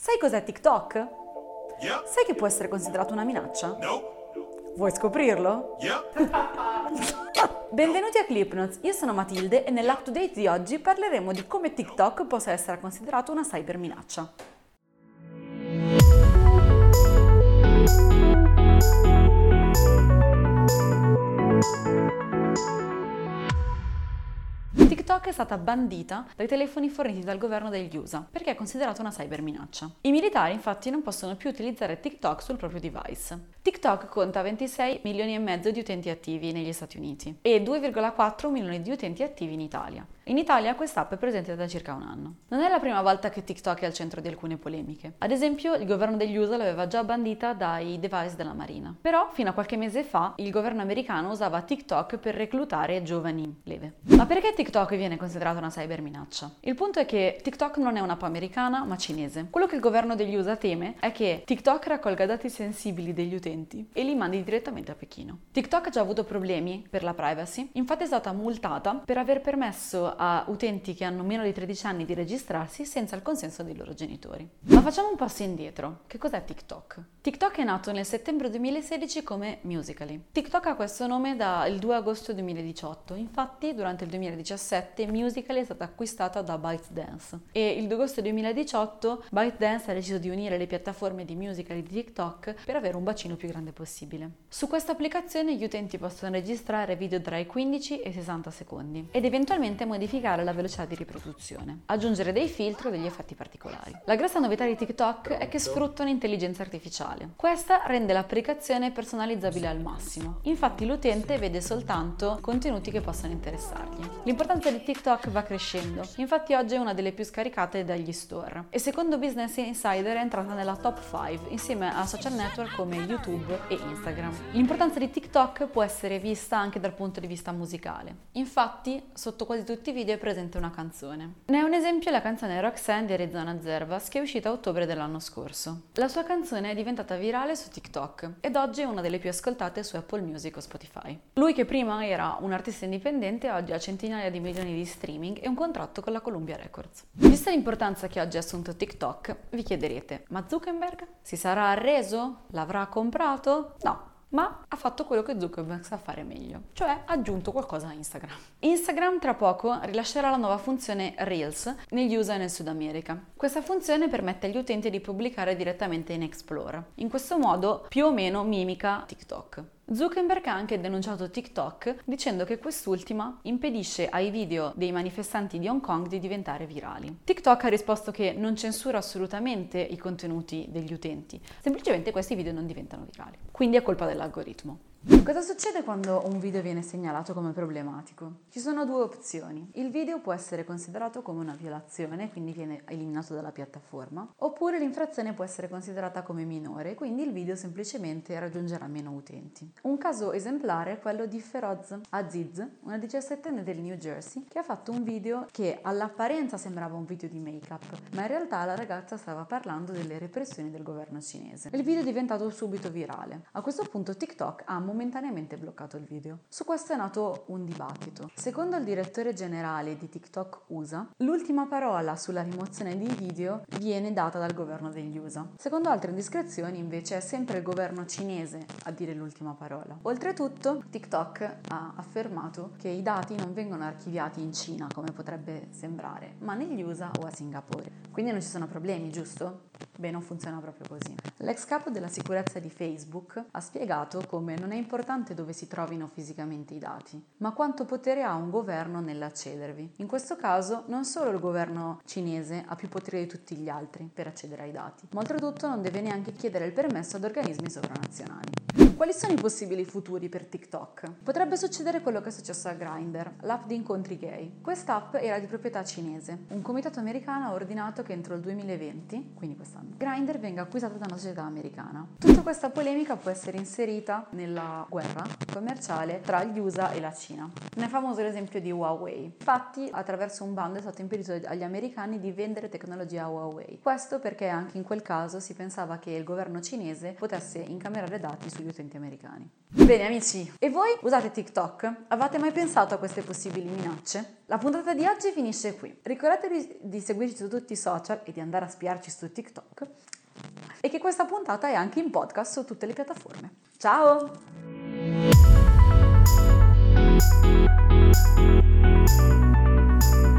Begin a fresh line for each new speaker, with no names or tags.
Sai cos'è TikTok?
Yep.
Sai che può essere considerato una minaccia?
Nope.
Vuoi scoprirlo?
Yep.
Benvenuti a ClipNotes, io sono Matilde e nell'Up to Date di oggi parleremo di come TikTok possa essere considerato una cyberminaccia. TikTok è stata bandita dai telefoni forniti dal governo degli USA perché è considerata una cyberminaccia. I militari infatti non possono più utilizzare TikTok sul proprio device. TikTok conta 26 milioni e mezzo di utenti attivi negli Stati Uniti e 2,4 milioni di utenti attivi in Italia. In Italia quest'app è presente da circa un anno. Non è la prima volta che TikTok è al centro di alcune polemiche. Ad esempio, il governo degli USA l'aveva già bandita dai device della Marina. Però, fino a qualche mese fa, il governo americano usava TikTok per reclutare giovani leve. Ma perché TikTok viene considerata una cyberminaccia? Il punto è che TikTok non è un'app americana, ma cinese. Quello che il governo degli USA teme è che TikTok raccolga dati sensibili degli utenti e li mandi direttamente a Pechino. TikTok ha già avuto problemi per la privacy, infatti è stata multata per aver permesso a utenti che hanno meno di 13 anni di registrarsi senza il consenso dei loro genitori. Ma facciamo un passo indietro. Che cos'è TikTok? TikTok è nato nel settembre 2016 come Musical.ly. TikTok ha questo nome dal 2 agosto 2018, infatti durante il 2017 Musical.ly è stata acquistata da ByteDance e il 2 agosto 2018 ByteDance ha deciso di unire le piattaforme di Musical.ly di TikTok per avere un bacino più grande possibile. Su questa applicazione gli utenti possono registrare video tra i 15 e i 60 secondi ed eventualmente modificare la velocità di riproduzione, aggiungere dei filtri o degli effetti particolari. La grossa novità di TikTok è che sfrutta un'intelligenza artificiale. Questa rende l'applicazione personalizzabile al massimo. Infatti l'utente vede soltanto contenuti che possono interessargli. L'importanza di TikTok va crescendo, infatti oggi è una delle più scaricate dagli store e secondo Business Insider è entrata nella top 5 insieme a social network come YouTube e Instagram. L'importanza di TikTok può essere vista anche dal punto di vista musicale. Infatti sotto quasi tutti i video è presente una canzone. Ne è un esempio la canzone Roxanne di Arizona Zervas che è uscita a ottobre dell'anno scorso. La sua canzone è diventata virale su TikTok ed oggi è una delle più ascoltate su Apple Music o Spotify. Lui che prima era un artista indipendente oggi ha centinaia di milioni di streaming e un contratto con la Columbia Records. Vista l'importanza che oggi ha assunto TikTok, vi chiederete: ma Zuckerberg si sarà arreso? L'avrà comprato? No. Ma ha fatto quello che Zuckerberg sa fare meglio, cioè ha aggiunto qualcosa a Instagram. Instagram tra poco rilascerà la nuova funzione Reels negli USA e nel Sud America. Questa funzione permette agli utenti di pubblicare direttamente in Explorer. In questo modo più o meno mimica TikTok. Zuckerberg ha anche denunciato TikTok dicendo che quest'ultima impedisce ai video dei manifestanti di Hong Kong di diventare virali. TikTok ha risposto che non censura assolutamente i contenuti degli utenti, semplicemente questi video non diventano virali. Quindi è colpa dell'algoritmo. Cosa succede quando un video viene segnalato come problematico? Ci sono due opzioni. Il video può essere considerato come una violazione, quindi viene eliminato dalla piattaforma, oppure l'infrazione può essere considerata come minore, quindi il video semplicemente raggiungerà meno utenti. Un caso esemplare è quello di Feroz Aziz, una 17enne del New Jersey, che ha fatto un video che all'apparenza sembrava un video di make-up, ma in realtà la ragazza stava parlando delle repressioni del governo cinese. Il video è diventato subito virale. A questo punto TikTok ha momentaneamente bloccato il video. Su questo è nato un dibattito. Secondo il direttore generale di TikTok USA, l'ultima parola sulla rimozione dei video viene data dal governo degli USA. Secondo altre indiscrezioni, invece, è sempre il governo cinese a dire l'ultima parola. Oltretutto, TikTok ha affermato che i dati non vengono archiviati in Cina, come potrebbe sembrare, ma negli USA o a Singapore. Quindi non ci sono problemi, giusto? Beh, non funziona proprio così. L'ex capo della sicurezza di Facebook ha spiegato come non è importante dove si trovino fisicamente i dati, ma quanto potere ha un governo nell'accedervi. In questo caso non solo il governo cinese ha più potere di tutti gli altri per accedere ai dati, ma oltretutto non deve neanche chiedere il permesso ad organismi sovranazionali. Quali sono i possibili futuri per TikTok? Potrebbe succedere quello che è successo a Grindr, l'app di incontri gay. Quest'app era di proprietà cinese. Un comitato americano ha ordinato che entro il 2020, quindi quest'anno, Grindr venga acquisata da una società americana. Tutta questa polemica può essere inserita nella guerra commerciale tra gli USA e la Cina. Ne è famoso l'esempio di Huawei. Infatti, attraverso un bando è stato impedito agli americani di vendere tecnologia a Huawei. Questo perché anche in quel caso si pensava che il governo cinese potesse incamerare dati sugli utenti utenti americani. Bene amici, e voi usate TikTok? Avete mai pensato a queste possibili minacce? La puntata di oggi finisce qui. Ricordatevi di seguirci su tutti i social e di andare a spiarci su TikTok. E che questa puntata è anche in podcast su tutte le piattaforme. Ciao!